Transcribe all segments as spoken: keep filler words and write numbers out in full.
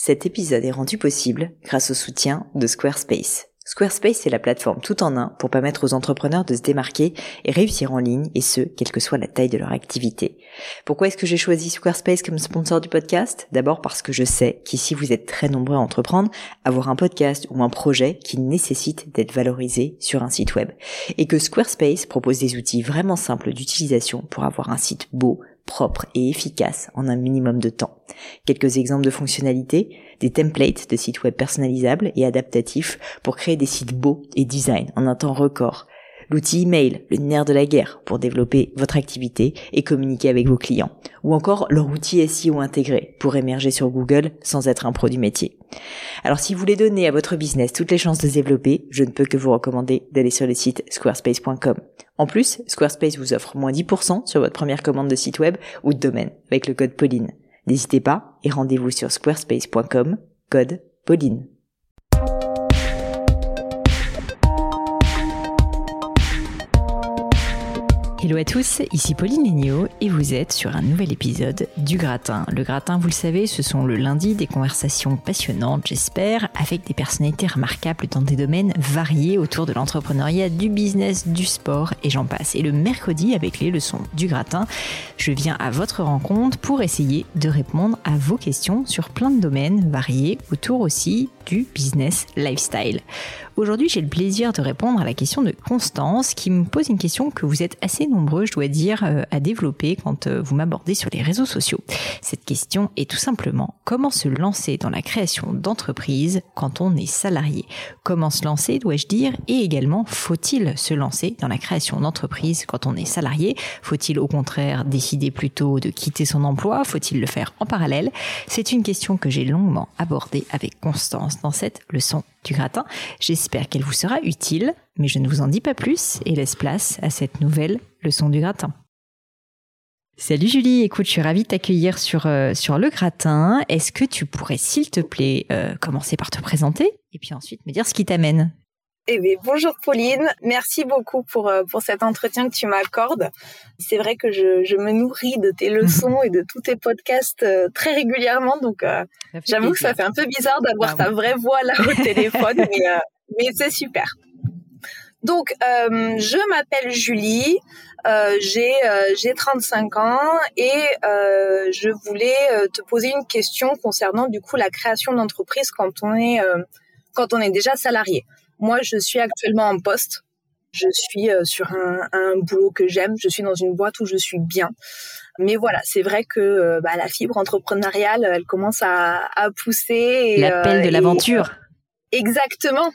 Cet épisode est rendu possible grâce au soutien de Squarespace. Squarespace est la plateforme tout en un pour permettre aux entrepreneurs de se démarquer et réussir en ligne, et ce, quelle que soit la taille de leur activité. Pourquoi est-ce que j'ai choisi Squarespace comme sponsor du podcast ? D'abord parce que je sais qu'ici vous êtes très nombreux à entreprendre, avoir un podcast ou un projet qui nécessite d'être valorisé sur un site web. Et que Squarespace propose des outils vraiment simples d'utilisation pour avoir un site beau, propre et efficace en un minimum de temps. Quelques exemples de fonctionnalités, des templates de sites web personnalisables et adaptatifs pour créer des sites beaux et design en un temps record. L'outil email, le nerf de la guerre pour développer votre activité et communiquer avec vos clients. Ou encore leur outil S E O intégré pour émerger sur Google sans être un pro du métier. Alors si vous voulez donner à votre business toutes les chances de se développer, je ne peux que vous recommander d'aller sur le site squarespace point com. En plus, Squarespace vous offre moins dix pour cent sur votre première commande de site web ou de domaine avec le code Pauline. N'hésitez pas et rendez-vous sur squarespace point com, code Pauline. Hello à tous, ici Pauline Léniaud et vous êtes sur un nouvel épisode du Gratin. Le Gratin, vous le savez, ce sont le lundi des conversations passionnantes, j'espère, avec des personnalités remarquables dans des domaines variés autour de l'entrepreneuriat, du business, du sport et j'en passe. Et le mercredi, avec les leçons du Gratin, je viens à votre rencontre pour essayer de répondre à vos questions sur plein de domaines variés autour aussi du business lifestyle. Aujourd'hui, j'ai le plaisir de répondre à la question de Constance qui me pose une question que vous êtes assez nombreux, je dois dire, à développer quand vous m'abordez sur les réseaux sociaux. Cette question est tout simplement comment se lancer dans la création d'entreprise quand on est salarié ? Comment se lancer, dois-je dire, et également faut-il se lancer dans la création d'entreprise quand on est salarié ? Faut-il au contraire décider plutôt de quitter son emploi ? Faut-il le faire en parallèle ? C'est une question que j'ai longuement abordée avec Constance dans cette leçon du Gratin. J'espère qu'elle vous sera utile, mais je ne vous en dis pas plus et laisse place à cette nouvelle leçon du Gratin. Salut Julie, écoute, je suis ravie de t'accueillir sur, euh, sur le Gratin. Est-ce que tu pourrais, s'il te plaît, euh, commencer par te présenter et puis ensuite me dire ce qui t'amène ? Eh bien, bonjour Pauline, merci beaucoup pour pour cet entretien que tu m'accordes. C'est vrai que je, je me nourris de tes leçons et de tous tes podcasts euh, très régulièrement, donc euh, j'avoue plaisir. Que ça fait un peu bizarre d'avoir ah, ta oui. vraie voix là au téléphone, mais, euh, mais c'est super. Donc, euh, je m'appelle Julie, euh, j'ai euh, j'ai trente-cinq ans et euh, je voulais euh, te poser une question concernant du coup la création d'entreprise quand on est euh, quand on est déjà salarié. Moi, je suis actuellement en poste. Je suis euh, sur un, un boulot que j'aime. Je suis dans une boîte où je suis bien. Mais voilà, c'est vrai que euh, bah, la fibre entrepreneuriale, elle commence à, à pousser. Et, l'appel euh, de l'aventure. Et, exactement.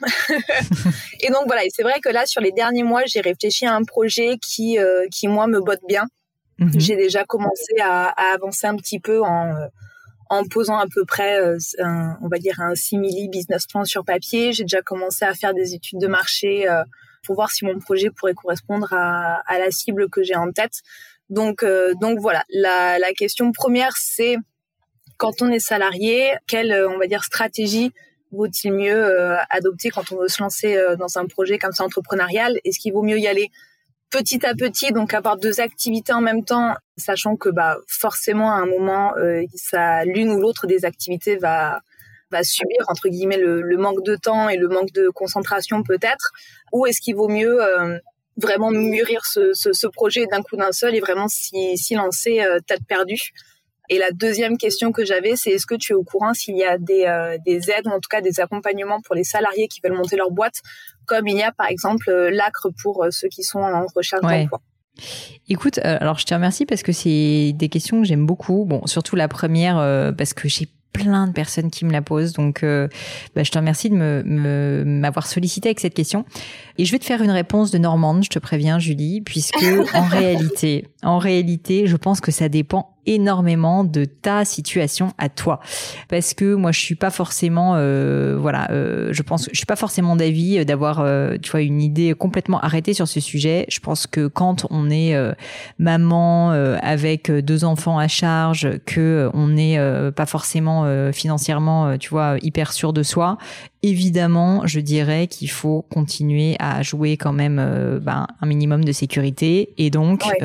Et donc voilà, et c'est vrai que là, sur les derniers mois, j'ai réfléchi à un projet qui, euh, qui moi, me botte bien. Mm-hmm. J'ai déjà commencé à, à avancer un petit peu en... Euh, en posant à peu près, un, on va dire, un simili business plan sur papier. J'ai déjà commencé à faire des études de marché euh, pour voir si mon projet pourrait correspondre à, à la cible que j'ai en tête. Donc, euh, donc voilà, la, la question première, c'est quand on est salarié, quelle, on va dire, stratégie vaut-il mieux euh, adopter quand on veut se lancer euh, dans un projet comme ça entrepreneurial ? Est-ce qu'il vaut mieux y aller petit à petit, donc avoir deux activités en même temps, sachant que bah forcément à un moment, euh, ça l'une ou l'autre des activités va va subir entre guillemets le, le manque de temps et le manque de concentration peut-être, ou est-ce qu'il vaut mieux euh, vraiment mûrir ce, ce, ce projet d'un coup d'un seul et vraiment s'y, s'y lancer euh, tête perdue. Et la deuxième question que j'avais, c'est est-ce que tu es au courant s'il y a des, euh, des aides ou en tout cas des accompagnements pour les salariés qui veulent monter leur boîte, comme il y a par exemple euh, l'A C R pour euh, ceux qui sont en recherche ouais. d'emploi. Écoute, euh, alors je te remercie parce que c'est des questions que j'aime beaucoup. Bon, surtout la première euh, parce que j'ai plein de personnes qui me la posent. Donc, euh, bah, je te remercie de me, me, m'avoir sollicité avec cette question. Et je vais te faire une réponse de Normande, je te préviens, Julie, puisque en réalité, en réalité, je pense que ça dépend énormément de ta situation à toi, parce que moi je suis pas forcément euh, voilà euh, je pense je suis pas forcément d'avis d'avoir euh, tu vois une idée complètement arrêtée sur ce sujet. Je pense que quand on est euh, maman euh, avec deux enfants à charge, que on n'est euh, pas forcément euh, financièrement euh, tu vois hyper sûr de soi, évidemment je dirais qu'il faut continuer à jouer quand même euh, ben, un minimum de sécurité et donc ouais. euh, continuer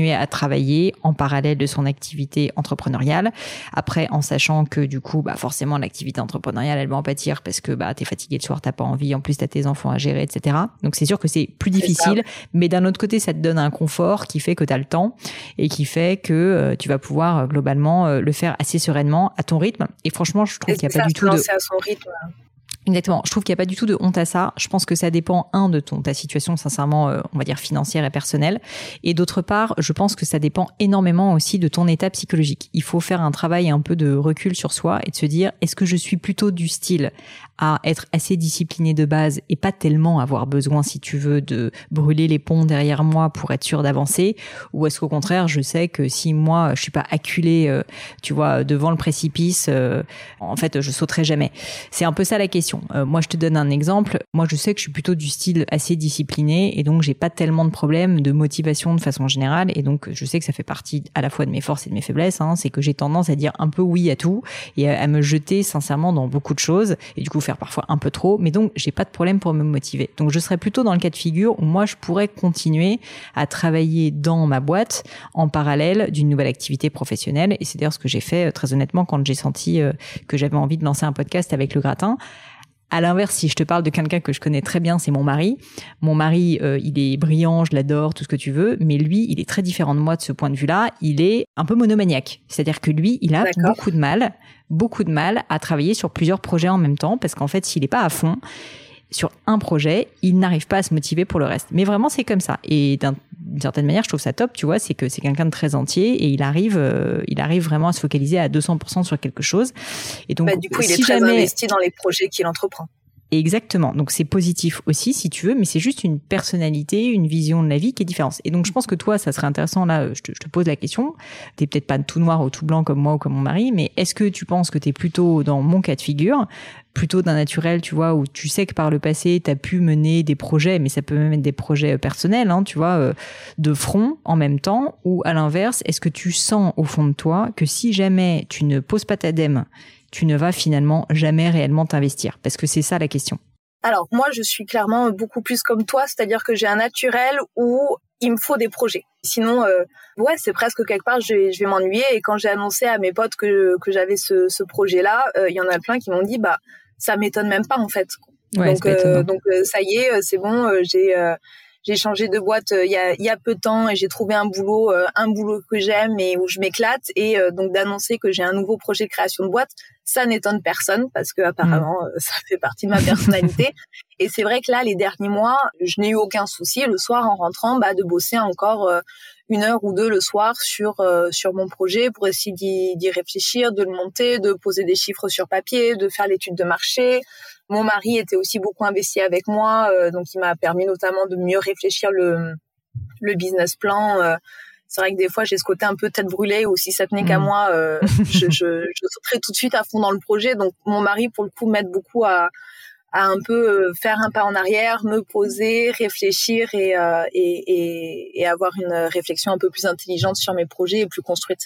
continuer à travailler en parallèle de son activité entrepreneuriale. Après, en sachant que du coup, bah forcément, l'activité entrepreneuriale, elle va en pâtir parce que bah t'es fatigué le soir, t'as pas envie, en plus t'as tes enfants à gérer, et cetera. Donc c'est sûr que c'est plus difficile, mais d'un autre côté, ça te donne un confort qui fait que t'as le temps et qui fait que euh, tu vas pouvoir euh, globalement euh, le faire assez sereinement à ton rythme. Et franchement, je trouve qu'il n'y a pas du tout de... à son rythme. Exactement. Je trouve qu'il n'y a pas du tout de honte à ça. Je pense que ça dépend, un, de ton, ta situation, sincèrement, euh, on va dire financière et personnelle. Et d'autre part, je pense que ça dépend énormément aussi de ton état psychologique. Il faut faire un travail un peu de recul sur soi et de se dire, est-ce que je suis plutôt du style à être assez discipliné de base et pas tellement avoir besoin, si tu veux, de brûler les ponts derrière moi pour être sûr d'avancer, ou est-ce qu'au contraire, je sais que si moi, je suis pas acculé, euh, tu vois, devant le précipice, euh, en fait, je sauterai jamais. C'est un peu ça la question. Euh, moi, je te donne un exemple. Moi, je sais que je suis plutôt du style assez discipliné et donc j'ai pas tellement de problèmes de motivation de façon générale. Et donc, je sais que ça fait partie à la fois de mes forces et de mes faiblesses. Hein, c'est que j'ai tendance à dire un peu oui à tout et à, à me jeter sincèrement dans beaucoup de choses et du coup faire parfois un peu trop. Mais donc, j'ai pas de problème pour me motiver. Donc, je serais plutôt dans le cas de figure où moi, je pourrais continuer à travailler dans ma boîte en parallèle d'une nouvelle activité professionnelle. Et c'est d'ailleurs ce que j'ai fait très honnêtement quand j'ai senti euh, que j'avais envie de lancer un podcast avec Le Gratin. À l'inverse, si je te parle de quelqu'un que je connais très bien, c'est mon mari. Mon mari, euh, il est brillant, je l'adore, tout ce que tu veux, mais lui, il est très différent de moi de ce point de vue-là. Il est un peu monomaniaque. C'est-à-dire que lui, il a D'accord. beaucoup de mal, beaucoup de mal à travailler sur plusieurs projets en même temps, parce qu'en fait, s'il est pas à fond sur un projet, il n'arrive pas à se motiver pour le reste. Mais vraiment, c'est comme ça. Et d'un, d'une certaine manière, je trouve ça top, tu vois, c'est que c'est quelqu'un de très entier et il arrive, euh, il arrive vraiment à se focaliser à deux cents pour cent sur quelque chose. Et donc, bah, du coup, il si est très jamais... investi dans les projets qu'il entreprend. Exactement. Donc, c'est positif aussi, si tu veux, mais c'est juste une personnalité, une vision de la vie qui est différente. Et donc, je pense que toi, ça serait intéressant, là, je te, je te pose la question. T'es peut-être pas tout noir ou tout blanc comme moi ou comme mon mari, mais est-ce que tu penses que t'es plutôt dans mon cas de figure, plutôt d'un naturel, tu vois, où tu sais que par le passé, t'as pu mener des projets, mais ça peut même être des projets personnels, hein, tu vois, euh, de front en même temps, ou à l'inverse, est-ce que tu sens au fond de toi que si jamais tu ne poses pas ta dème, tu ne vas finalement jamais réellement t'investir? Parce que c'est ça la question. Alors, moi, je suis clairement beaucoup plus comme toi, c'est-à-dire que j'ai un naturel où il me faut des projets. Sinon, euh, ouais, c'est presque quelque part, je vais, je vais m'ennuyer. Et quand j'ai annoncé à mes potes que, que j'avais ce, ce projet-là, il euh, y en a plein qui m'ont dit, bah, ça m'étonne même pas, en fait. Ouais, donc, euh, donc, euh, ça y est, c'est bon, euh, j'ai... Euh, J'ai changé de boîte il euh, y a il y a peu de temps et j'ai trouvé un boulot euh, un boulot que j'aime et où je m'éclate et euh, donc d'annoncer que j'ai un nouveau projet de création de boîte, ça n'étonne personne parce que apparemment mmh. euh, ça fait partie de ma personnalité. Et c'est vrai que là les derniers mois, je n'ai eu aucun souci le soir en rentrant bah de bosser encore euh, une heure ou deux le soir sur euh, sur mon projet pour essayer d'y, d'y réfléchir, de le monter, de poser des chiffres sur papier, de faire l'étude de marché. Mon mari était aussi beaucoup investi avec moi, euh, donc il m'a permis notamment de mieux réfléchir le le business plan. Euh, c'est vrai que des fois j'ai ce côté un peu tête brûlée où si ça tenait mmh. qu'à moi, euh, je, je, je sauterais tout de suite à fond dans le projet. Donc mon mari pour le coup m'aide beaucoup à à un peu faire un pas en arrière, me poser, réfléchir et euh, et, et et avoir une réflexion un peu plus intelligente sur mes projets et plus construite.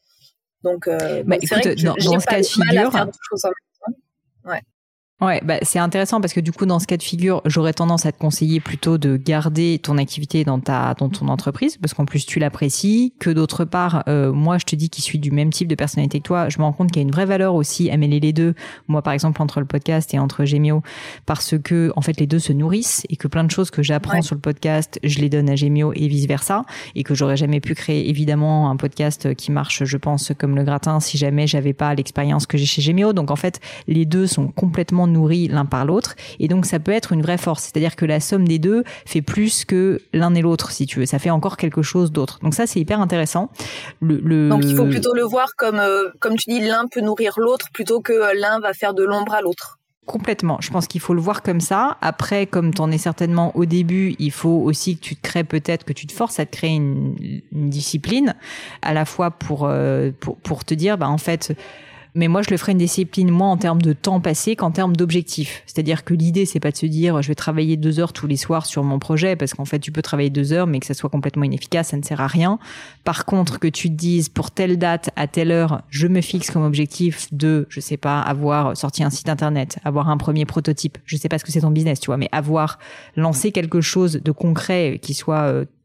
Donc, euh, bah, donc écoute, c'est vrai que dans, j'ai dans ce pas cas de figure, à faire deux choses en même temps. Ouais. Ouais, bah c'est intéressant parce que du coup dans ce cas de figure, j'aurais tendance à te conseiller plutôt de garder ton activité dans ta dans ton entreprise parce qu'en plus tu l'apprécies, que d'autre part euh, moi je te dis qu'il suis du même type de personnalité que toi, je me rends compte qu'il y a une vraie valeur aussi à mêler les deux. Moi par exemple entre le podcast et entre Gemio parce que en fait les deux se nourrissent et que plein de choses que j'apprends ouais. sur le podcast, je les donne à Gemio et vice versa et que j'aurais jamais pu créer évidemment un podcast qui marche je pense comme Le Gratin si jamais j'avais pas l'expérience que j'ai chez Gemio. Donc en fait, les deux sont complètement nourris l'un par l'autre et donc ça peut être une vraie force, c'est-à-dire que la somme des deux fait plus que l'un et l'autre si tu veux, ça fait encore quelque chose d'autre, donc ça c'est hyper intéressant. Le, le... Donc il faut plutôt le voir comme euh, comme tu dis, l'un peut nourrir l'autre plutôt que l'un va faire de l'ombre à l'autre. Complètement. Je pense qu'il faut le voir comme ça. Après, comme t'en es certainement au début, il faut aussi que tu te crées peut-être, que tu te forces à te créer une, une discipline à la fois pour, euh, pour, pour te dire, bah, en fait, mais moi, je le ferai une discipline, moi, en termes de temps passé qu'en termes d'objectifs. C'est-à-dire que l'idée, c'est pas de se dire, je vais travailler deux heures tous les soirs sur mon projet, parce qu'en fait, tu peux travailler deux heures, mais que ça soit complètement inefficace, ça ne sert à rien. Par contre, que tu te dises, pour telle date, à telle heure, je me fixe comme objectif de, je sais pas, avoir sorti un site internet, avoir un premier prototype. Je sais pas ce que c'est ton business, tu vois, mais avoir lancé quelque chose de concret qui soit, euh,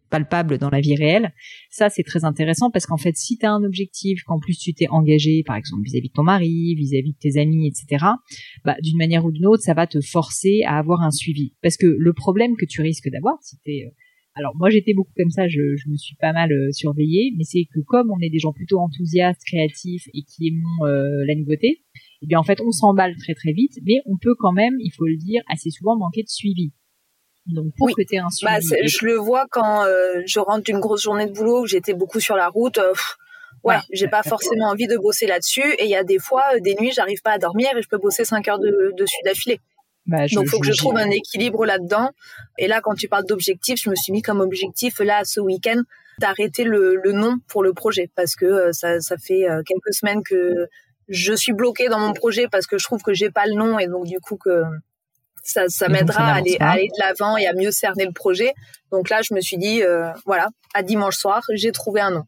palpable dans la vie réelle. Ça, c'est très intéressant parce qu'en fait, si tu as un objectif, qu'en plus tu t'es engagé, par exemple, vis-à-vis de ton mari, vis-à-vis de tes amis, et cetera, bah, d'une manière ou d'une autre, ça va te forcer à avoir un suivi. Parce que le problème que tu risques d'avoir, si t'es... Alors, moi, j'étais beaucoup comme ça, je, je me suis pas mal euh, surveillée, mais c'est que comme on est des gens plutôt enthousiastes, créatifs et qui aimons euh, la nouveauté, eh bien, en fait, on s'emballe très très vite, mais on peut quand même, il faut le dire, assez souvent manquer de suivi. Donc, pour oui. que tu aies un suivi... Bah, et... Je le vois quand euh, je rentre d'une grosse journée de boulot où j'étais beaucoup sur la route. Euh, pff, ouais, ouais, j'ai pas forcément envie de bosser là-dessus. Et il y a des fois, des nuits, j'arrive pas à dormir et je peux bosser cinq heures de, dessus d'affilée. Bah, je, Donc, il faut je, que je trouve un équilibre là-dedans. Et là, quand tu parles d'objectifs, je me suis mis comme objectif, là, ce week-end, d'arrêter le, le nom pour le projet. Parce que euh, ça, ça fait euh, quelques semaines que je suis bloquée dans mon projet parce que je trouve que j'ai pas le nom. Et donc, du coup, que ça, ça m'aidera à aller, à aller de l'avant et à mieux cerner le projet. Donc là, je me suis dit, euh, voilà, à dimanche soir, j'ai trouvé un nom.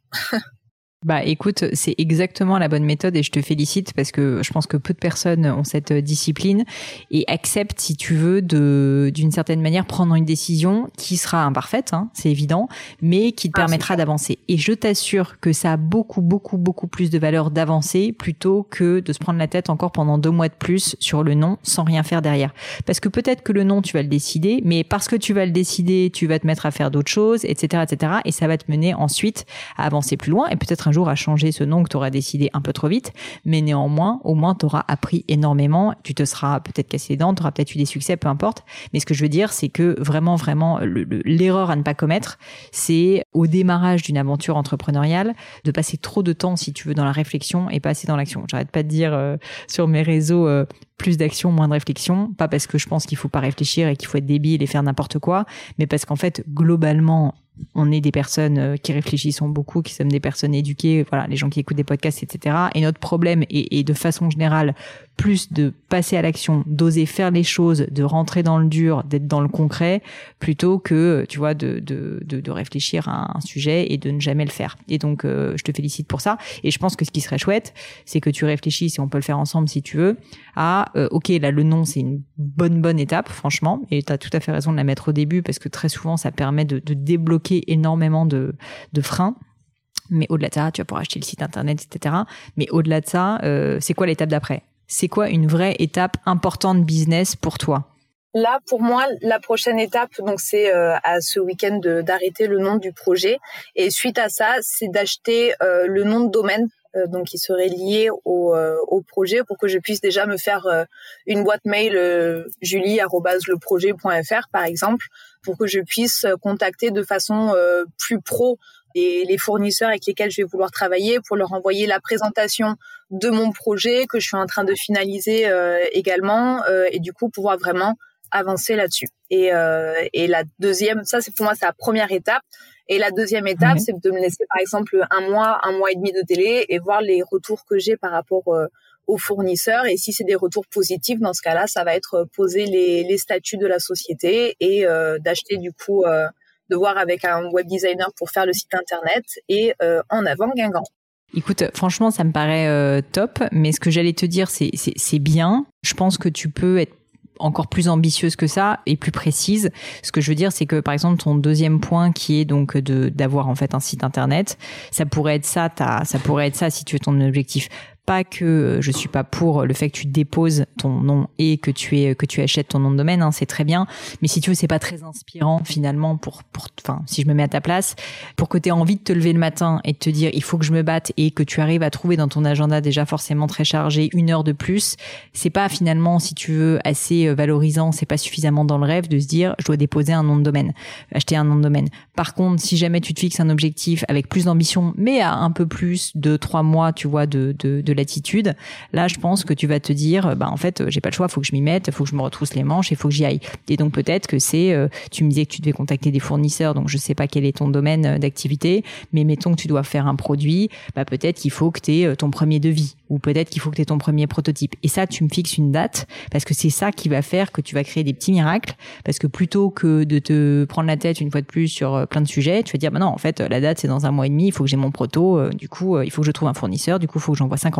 Bah écoute, c'est exactement la bonne méthode et je te félicite parce que je pense que peu de personnes ont cette discipline et acceptent, si tu veux, de d'une certaine manière prendre une décision qui sera imparfaite, hein, c'est évident, mais qui te ah, permettra d'avancer. Et je t'assure que ça a beaucoup, beaucoup, beaucoup plus de valeur d'avancer plutôt que de se prendre la tête encore pendant deux mois de plus sur le nom sans rien faire derrière. Parce que peut-être que le nom, tu vas le décider, mais parce que tu vas le décider, tu vas te mettre à faire d'autres choses, et cetera, et cetera. Et ça va te mener ensuite à avancer plus loin et peut-être un jour à changer ce nom que tu auras décidé un peu trop vite, mais néanmoins, au moins, tu auras appris énormément, tu te seras peut-être cassé les dents, tu auras peut-être eu des succès, peu importe, mais ce que je veux dire, c'est que vraiment, vraiment, le, le, l'erreur à ne pas commettre, c'est au démarrage d'une aventure entrepreneuriale, de passer trop de temps, si tu veux, dans la réflexion et pas assez dans l'action. J'arrête pas de dire euh, sur mes réseaux euh, plus d'action, moins de réflexion, pas parce que je pense qu'il faut pas réfléchir et qu'il faut être débile et faire n'importe quoi, mais parce qu'en fait, globalement, on est des personnes qui réfléchissent beaucoup, qui sommes des personnes éduquées, voilà, les gens qui écoutent des podcasts, et cetera. Et notre problème est, est de façon générale plus de passer à l'action, d'oser faire les choses, de rentrer dans le dur, d'être dans le concret, plutôt que, tu vois, de, de, de, de réfléchir à un sujet et de ne jamais le faire. Et donc, euh, je te félicite pour ça. Et je pense que ce qui serait chouette, c'est que tu réfléchisses, et on peut le faire ensemble si tu veux, à, euh, ok, là, le nom, c'est une bonne, bonne étape, franchement. Et tu as tout à fait raison de la mettre au début parce que très souvent, ça permet de, de débloquer énormément de, de freins. Mais au-delà de ça, tu vas pouvoir acheter le site internet, et cetera. Mais au-delà de ça, euh, c'est quoi l'étape d'après ? C'est quoi une vraie étape importante business pour toi ? Là, pour moi, la prochaine étape, donc c'est euh, à ce week-end de, d'arrêter le nom du projet. Et suite à ça, c'est d'acheter euh, le nom de domaine, euh, donc qui serait lié au, euh, au projet, pour que je puisse déjà me faire euh, une boîte mail euh, julie arobase le projet point f r par exemple, pour que je puisse contacter de façon euh, plus pro et les fournisseurs avec lesquels je vais vouloir travailler pour leur envoyer la présentation de mon projet que je suis en train de finaliser euh, également euh, et du coup pouvoir vraiment avancer là-dessus. Et, euh, et la deuxième, ça c'est pour moi c'est la première étape. Et la deuxième étape, mmh. c'est de me laisser par exemple un mois, un mois et demi de délai et voir les retours que j'ai par rapport euh, aux fournisseurs. Et si c'est des retours positifs, dans ce cas-là, ça va être poser les, les statuts de la société et euh, d'acheter du coup... Euh, de voir avec un web designer pour faire le site internet et euh, en avant Guingamp. Écoute, franchement, ça me paraît euh, top, mais ce que j'allais te dire, c'est, c'est, c'est bien. Je pense que tu peux être encore plus ambitieuse que ça et plus précise. Ce que je veux dire, c'est que par exemple ton deuxième point qui est donc de d'avoir en fait un site internet, ça pourrait être ça, ta, ça pourrait être ça si tu veux ton objectif. Pas que je suis pas pour le fait que tu déposes ton nom et que tu es que tu achètes ton nom de domaine, hein, c'est très bien. Mais si tu veux, c'est pas très inspirant finalement pour pour enfin si je me mets à ta place, pour que tu aies envie de te lever le matin et de te dire il faut que je me batte et que tu arrives à trouver dans ton agenda déjà forcément très chargé une heure de plus, c'est pas finalement si tu veux assez valorisant, c'est pas suffisamment dans le rêve de se dire je dois déposer un nom de domaine, acheter un nom de domaine. Par contre, si jamais tu te fixes un objectif avec plus d'ambition, mais à un peu plus de trois mois, tu vois, de de, de l'attitude, là je pense que tu vas te dire bah en fait j'ai pas le choix, faut que je m'y mette, faut que je me retrousse les manches et faut que j'y aille. Et donc peut-être que c'est euh, tu me disais que tu devais contacter des fournisseurs, donc je sais pas quel est ton domaine d'activité, mais mettons que tu dois faire un produit, bah peut-être qu'il faut que tu aies ton premier devis ou peut-être qu'il faut que tu aies ton premier prototype. Et ça tu me fixes une date parce que c'est ça qui va faire que tu vas créer des petits miracles, parce que plutôt que de te prendre la tête une fois de plus sur plein de sujets, tu vas dire bah non en fait la date c'est dans un mois et demi, il faut que j'ai mon proto, euh, du coup euh, il faut que je trouve un fournisseur, du coup il faut que j'envoie cinquante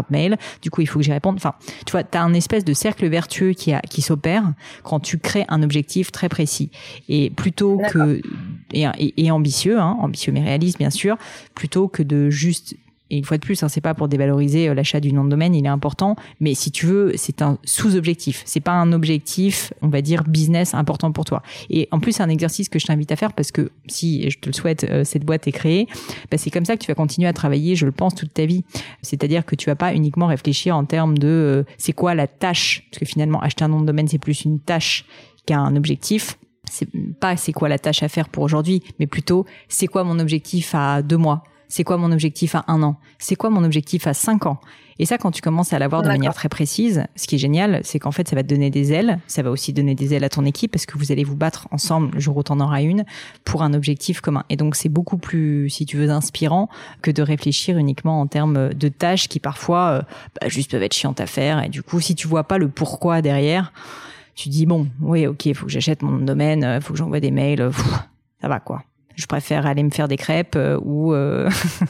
propre mail. Du coup, il faut que j'y réponde. Enfin, tu vois, t'as un espèce de cercle vertueux qui a, qui s'opère quand tu crées un objectif très précis. Et plutôt D'accord. que, et, et, et ambitieux, hein, ambitieux mais réaliste, bien sûr, plutôt que de juste, et une fois de plus, hein, c'est pas pour dévaloriser l'achat du nom de domaine, il est important, mais si tu veux, c'est un sous-objectif. C'est pas un objectif, on va dire, business important pour toi. Et en plus, c'est un exercice que je t'invite à faire parce que si, je te le souhaite, euh, cette boîte est créée, bah, c'est comme ça que tu vas continuer à travailler, je le pense, toute ta vie. C'est-à-dire que tu vas pas uniquement réfléchir en termes de euh, c'est quoi la tâche, parce que finalement, acheter un nom de domaine, c'est plus une tâche qu'un objectif. C'est pas c'est quoi la tâche à faire pour aujourd'hui, mais plutôt c'est quoi mon objectif à deux mois. C'est quoi mon objectif à un an? C'est quoi mon objectif à cinq ans? Et ça, quand tu commences à l'avoir de D'accord. manière très précise, ce qui est génial, c'est qu'en fait, ça va te donner des ailes. Ça va aussi donner des ailes à ton équipe parce que vous allez vous battre ensemble le jour où t'en auras une pour un objectif commun. Et donc, c'est beaucoup plus, si tu veux, inspirant que de réfléchir uniquement en termes de tâches qui parfois, euh, bah, juste peuvent être chiantes à faire. Et du coup, si tu vois pas le pourquoi derrière, tu dis bon, oui, ok, il faut que j'achète mon nom de domaine, il faut que j'envoie des mails, pff, ça va quoi. Je préfère aller me faire des crêpes euh, ou euh,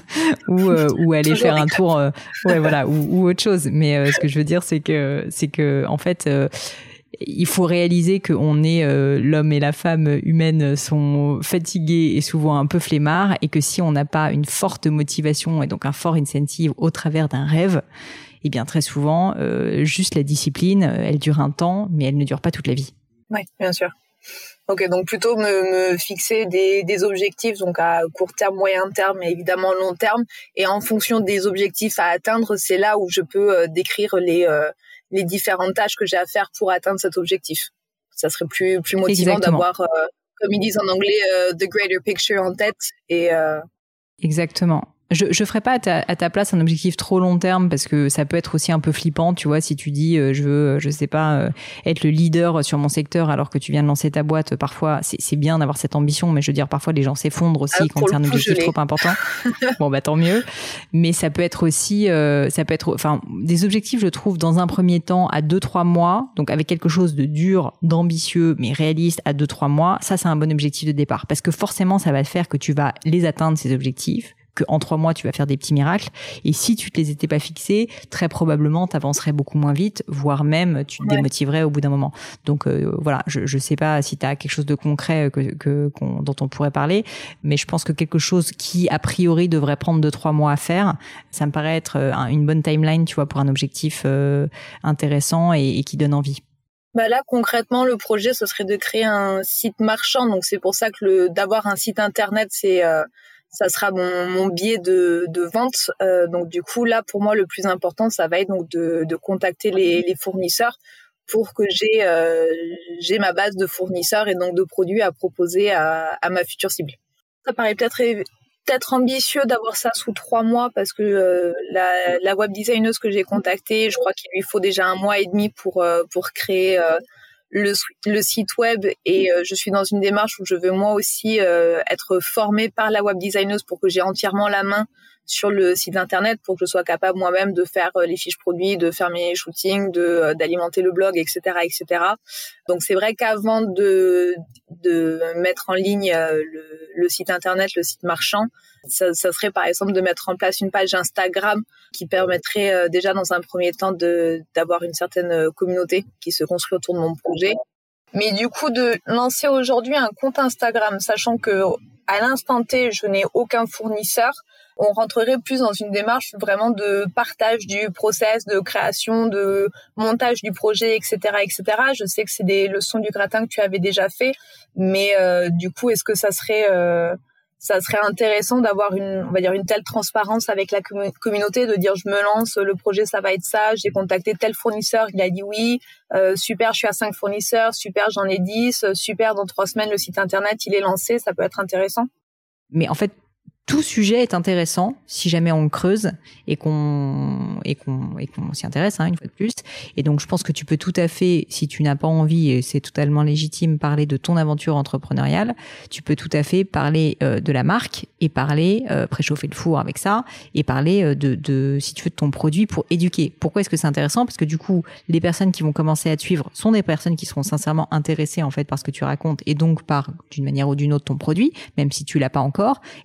ou euh, ou aller faire un tour euh, ouais voilà ou, ou autre chose. Mais euh, ce que je veux dire c'est que c'est que en fait euh, il faut réaliser que on est euh, l'homme et la femme humaine sont fatigués et souvent un peu flemmards et que si on n'a pas une forte motivation et donc un fort incentive au travers d'un rêve, eh bien très souvent euh, juste la discipline, elle dure un temps mais elle ne dure pas toute la vie. Oui, bien sûr. Ok, donc plutôt me, me fixer des, des objectifs, donc à court terme, moyen terme et évidemment long terme. Et en fonction des objectifs à atteindre, c'est là où je peux euh, décrire les, euh, les différentes tâches que j'ai à faire pour atteindre cet objectif. Ça serait plus, plus motivant Exactement. d'avoir, euh, comme ils disent en anglais, euh, the greater picture en tête. Et, euh... Exactement. Je je ferais pas à ta, à ta place un objectif trop long terme parce que ça peut être aussi un peu flippant, tu vois, si tu dis euh, je veux je sais pas euh, être le leader sur mon secteur alors que tu viens de lancer ta boîte, parfois c'est c'est bien d'avoir cette ambition mais je veux dire parfois les gens s'effondrent aussi alors, quand c'est un objectif trop important. Bon bah tant mieux, mais ça peut être aussi euh, ça peut être enfin des objectifs je trouve dans un premier temps à deux trois mois, donc avec quelque chose de dur, d'ambitieux mais réaliste à deux trois mois, ça c'est un bon objectif de départ parce que forcément ça va faire que tu vas les atteindre ces objectifs. Que en trois mois tu vas faire des petits miracles et si tu te les étais pas fixés très probablement t'avancerais beaucoup moins vite voire même tu te ouais. démotiverais au bout d'un moment donc euh, voilà je je sais pas si t'as quelque chose de concret que que qu'on, dont on pourrait parler mais je pense que quelque chose qui a priori devrait prendre deux trois mois à faire ça me paraît être une bonne timeline tu vois pour un objectif euh, intéressant et, et qui donne envie. Bah là concrètement le projet ce serait de créer un site marchand donc c'est pour ça que le d'avoir un site internet c'est euh, ça sera mon, mon biais de, de vente. Euh, donc du coup là pour moi le plus important ça va être donc de, de contacter les, les fournisseurs pour que j'ai euh, j'ai ma base de fournisseurs et donc de produits à proposer à, à ma future cible. Ça paraît peut-être peut-être ambitieux d'avoir ça sous trois mois parce que euh, la, la web designeuse que j'ai contactée, je crois qu'il lui faut déjà un mois et demi pour euh, pour créer euh, le, le site web et euh, je suis dans une démarche où je veux moi aussi euh, être formée par la web designeuse pour que j'ai entièrement la main sur le site internet pour que je sois capable moi-même de faire euh, les fiches produits, de faire mes shootings, de euh, d'alimenter le blog, et cetera, et cetera. Donc c'est vrai qu'avant de de mettre en ligne euh, le, le site internet, le site marchand, ça, ça serait par exemple de mettre en place une page Instagram qui permettrait euh, déjà dans un premier temps de d'avoir une certaine communauté qui se construit autour de mon projet. Mais du coup de lancer aujourd'hui un compte Instagram, sachant que à l'instant T je n'ai aucun fournisseur, on rentrerait plus dans une démarche vraiment de partage du process, de création, de montage du projet, et cetera, et cetera. Je sais que c'est des leçons du gratin que tu avais déjà fait, mais euh, du coup, est-ce que ça serait euh, ça serait intéressant d'avoir une, on va dire, une telle transparence avec la com- communauté, de dire je me lance, le projet ça va être ça, j'ai contacté tel fournisseur, il a dit oui, euh, super, je suis à cinq fournisseurs, super, j'en ai dix, super, dans trois semaines le site internet il est lancé, ça peut être intéressant. Mais en fait, tout sujet est intéressant si jamais on le creuse et qu'on et qu'on et qu'on s'y intéresse hein, une fois de plus. Et donc je pense que tu peux tout à fait, si tu n'as pas envie, et c'est totalement légitime, parler de ton aventure entrepreneuriale. Tu peux tout à fait parler euh, de la marque et parler euh, préchauffer le four avec ça et parler euh, de de si tu veux de ton produit pour éduquer. Pourquoi est-ce que c'est intéressant ? Parce que du coup les personnes qui vont commencer à te suivre sont des personnes qui seront sincèrement intéressées en fait par ce que tu racontes et donc par d'une manière ou d'une autre ton produit, même si tu l'as pas encore. Et donc tu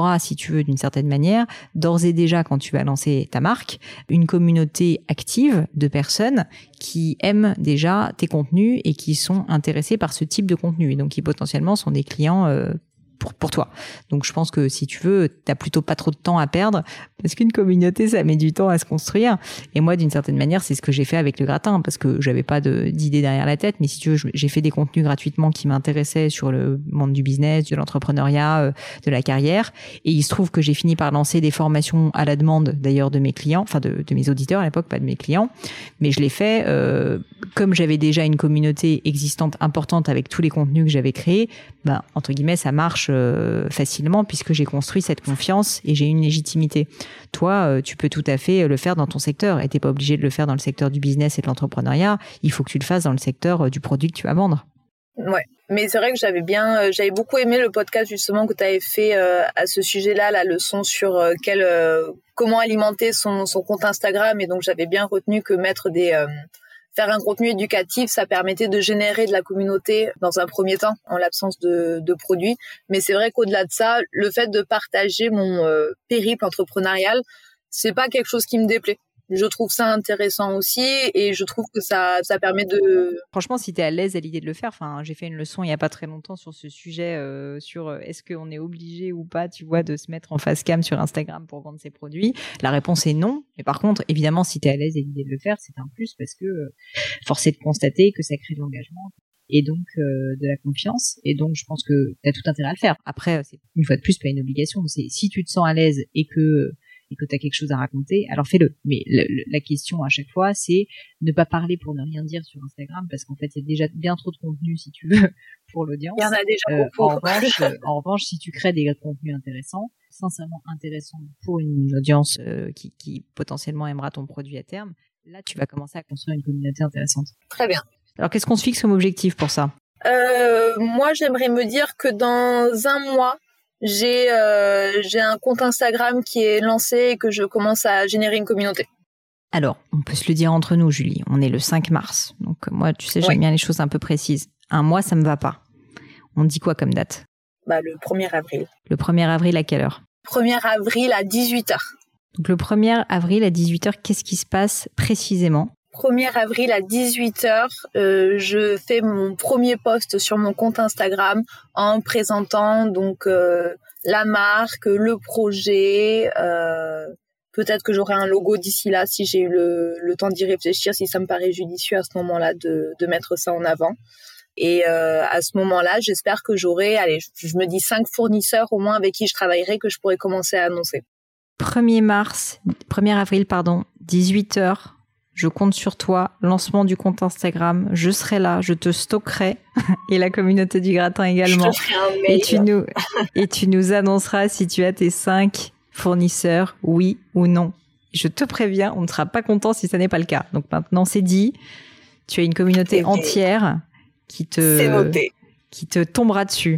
t'auras, si tu veux, d'une certaine manière, d'ores et déjà, quand tu vas lancer ta marque, une communauté active de personnes qui aiment déjà tes contenus et qui sont intéressés par ce type de contenu et donc qui potentiellement sont des clients euh, pour, pour toi. Donc je pense que si tu veux, t'as plutôt pas trop de temps à perdre parce qu'une communauté, ça met du temps à se construire. Et moi, d'une certaine manière, c'est ce que j'ai fait avec le gratin parce que j'avais pas de, d'idée derrière la tête. Mais si tu veux, j'ai fait des contenus gratuitement qui m'intéressaient sur le monde du business, de l'entrepreneuriat, euh, de la carrière. Et il se trouve que j'ai fini par lancer des formations à la demande d'ailleurs de mes clients, enfin de, de mes auditeurs à l'époque, pas de mes clients. Mais je l'ai fait euh, comme j'avais déjà une communauté existante importante avec tous les contenus que j'avais créés. Ben, entre guillemets, ça marche euh, facilement puisque j'ai construit cette confiance et j'ai une légitimité. Toi, euh, tu peux tout à fait le faire dans ton secteur et t'es pas obligé de le faire dans le secteur du business et de l'entrepreneuriat. Il faut que tu le fasses dans le secteur euh, du produit que tu vas vendre. Ouais, mais c'est vrai que j'avais bien, euh, j'avais beaucoup aimé le podcast justement que tu avais fait euh, à ce sujet-là, la leçon sur euh, quel, euh, comment alimenter son, son compte Instagram. Et donc j'avais bien retenu que mettre des euh, faire un contenu éducatif, ça permettait de générer de la communauté dans un premier temps, en l'absence de, de produits. Mais c'est vrai qu'au-delà de ça, le fait de partager mon euh, périple entrepreneurial, c'est pas quelque chose qui me déplaît. Je trouve ça intéressant aussi et je trouve que ça, ça permet de... Franchement, si tu es à l'aise à l'idée de le faire, enfin, j'ai fait une leçon il n'y a pas très longtemps sur ce sujet, euh, sur euh, est-ce qu'on est obligé ou pas, tu vois, de se mettre en face cam sur Instagram pour vendre ses produits. La réponse est non. Mais par contre, évidemment, si tu es à l'aise à l'idée de le faire, c'est un plus parce que euh, force est de constater que ça crée de l'engagement et donc euh, de la confiance. Et donc, je pense que tu as tout intérêt à le faire. Après, c'est une fois de plus pas une obligation. C'est si tu te sens à l'aise et que... et que tu as quelque chose à raconter, alors fais-le. Mais le, le, la question à chaque fois, c'est ne pas parler pour ne rien dire sur Instagram, parce qu'en fait, il y a déjà bien trop de contenu, si tu veux, pour l'audience. Il y en a déjà euh, beaucoup. En revanche, euh, en revanche, si tu crées des contenus intéressants, sincèrement intéressants pour une audience euh, qui, qui potentiellement aimera ton produit à terme, là, tu vas commencer à construire une communauté intéressante. Très bien. Alors, qu'est-ce qu'on se fixe comme objectif pour ça ? euh, Moi, j'aimerais me dire que dans un mois, J'ai euh, j'ai un compte Instagram qui est lancé et que je commence à générer une communauté. Alors, on peut se le dire entre nous, Julie. On est le cinq mars. Donc, moi, tu sais, j'aime ouais. bien les choses un peu précises. Un mois, ça me va pas. On dit quoi comme date ? Bah, le premier avril. Le premier avril, à quelle heure ? premier avril à dix-huit heures. Donc, le premier avril à dix-huit heures, qu'est-ce qui se passe précisément ? premier avril à dix-huit heures, euh, je fais mon premier post sur mon compte Instagram en présentant donc euh, la marque, le projet. Euh, peut-être que j'aurai un logo d'ici là si j'ai eu le, le temps d'y réfléchir, si ça me paraît judicieux à ce moment-là de, de mettre ça en avant. Et euh, à ce moment-là, j'espère que j'aurai, allez, je me dis cinq fournisseurs au moins avec qui je travaillerai que je pourrai commencer à annoncer. premier mars, premier avril, pardon, dix-huit heures. Je compte sur toi, lancement du compte Instagram, je serai là, je te stockerai et la communauté du gratin également. Je te ferai un mail. Et tu nous et tu nous annonceras si tu as tes cinq fournisseurs, oui ou non. Je te préviens, on ne sera pas content si ça n'est pas le cas. Donc maintenant c'est dit, tu as une communauté c'est entière qui te qui te tombera dessus.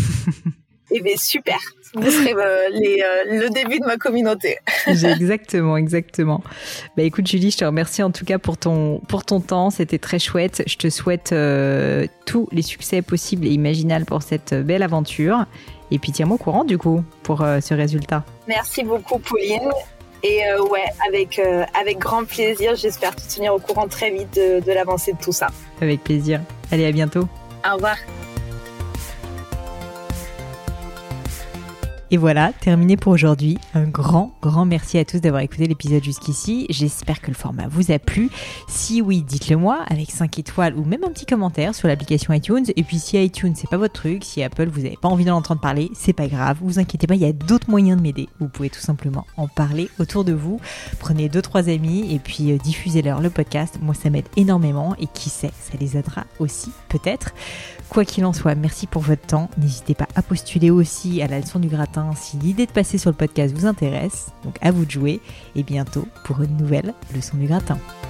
Eh bien, super. Vous serez euh, les, euh, le début de ma communauté. Exactement, exactement. Bah, écoute, Julie, je te remercie en tout cas pour ton, pour ton temps. C'était très chouette. Je te souhaite euh, tous les succès possibles et imaginables pour cette belle aventure. Et puis, tiens-moi au courant, du coup, pour euh, ce résultat. Merci beaucoup, Pauline. Et euh, ouais, avec, euh, avec grand plaisir. J'espère te tenir au courant très vite de, de l'avancée de tout ça. Avec plaisir. Allez, à bientôt. Au revoir. Et voilà, terminé pour aujourd'hui. Un grand, grand merci à tous d'avoir écouté l'épisode jusqu'ici. J'espère que le format vous a plu. Si oui, dites-le moi avec cinq étoiles ou même un petit commentaire sur l'application iTunes. Et puis si iTunes, c'est pas votre truc, si Apple, vous n'avez pas envie d'en entendre parler, c'est pas grave. Vous inquiétez pas, il y a d'autres moyens de m'aider. Vous pouvez tout simplement en parler autour de vous. Prenez deux, trois amis et puis euh, diffusez-leur le podcast. Moi, ça m'aide énormément et qui sait, ça les aidera aussi, peut-être. Quoi qu'il en soit, merci pour votre temps. N'hésitez pas à postuler aussi à la leçon du gratin si l'idée de passer sur le podcast vous intéresse. Donc à vous de jouer et bientôt pour une nouvelle leçon du gratin.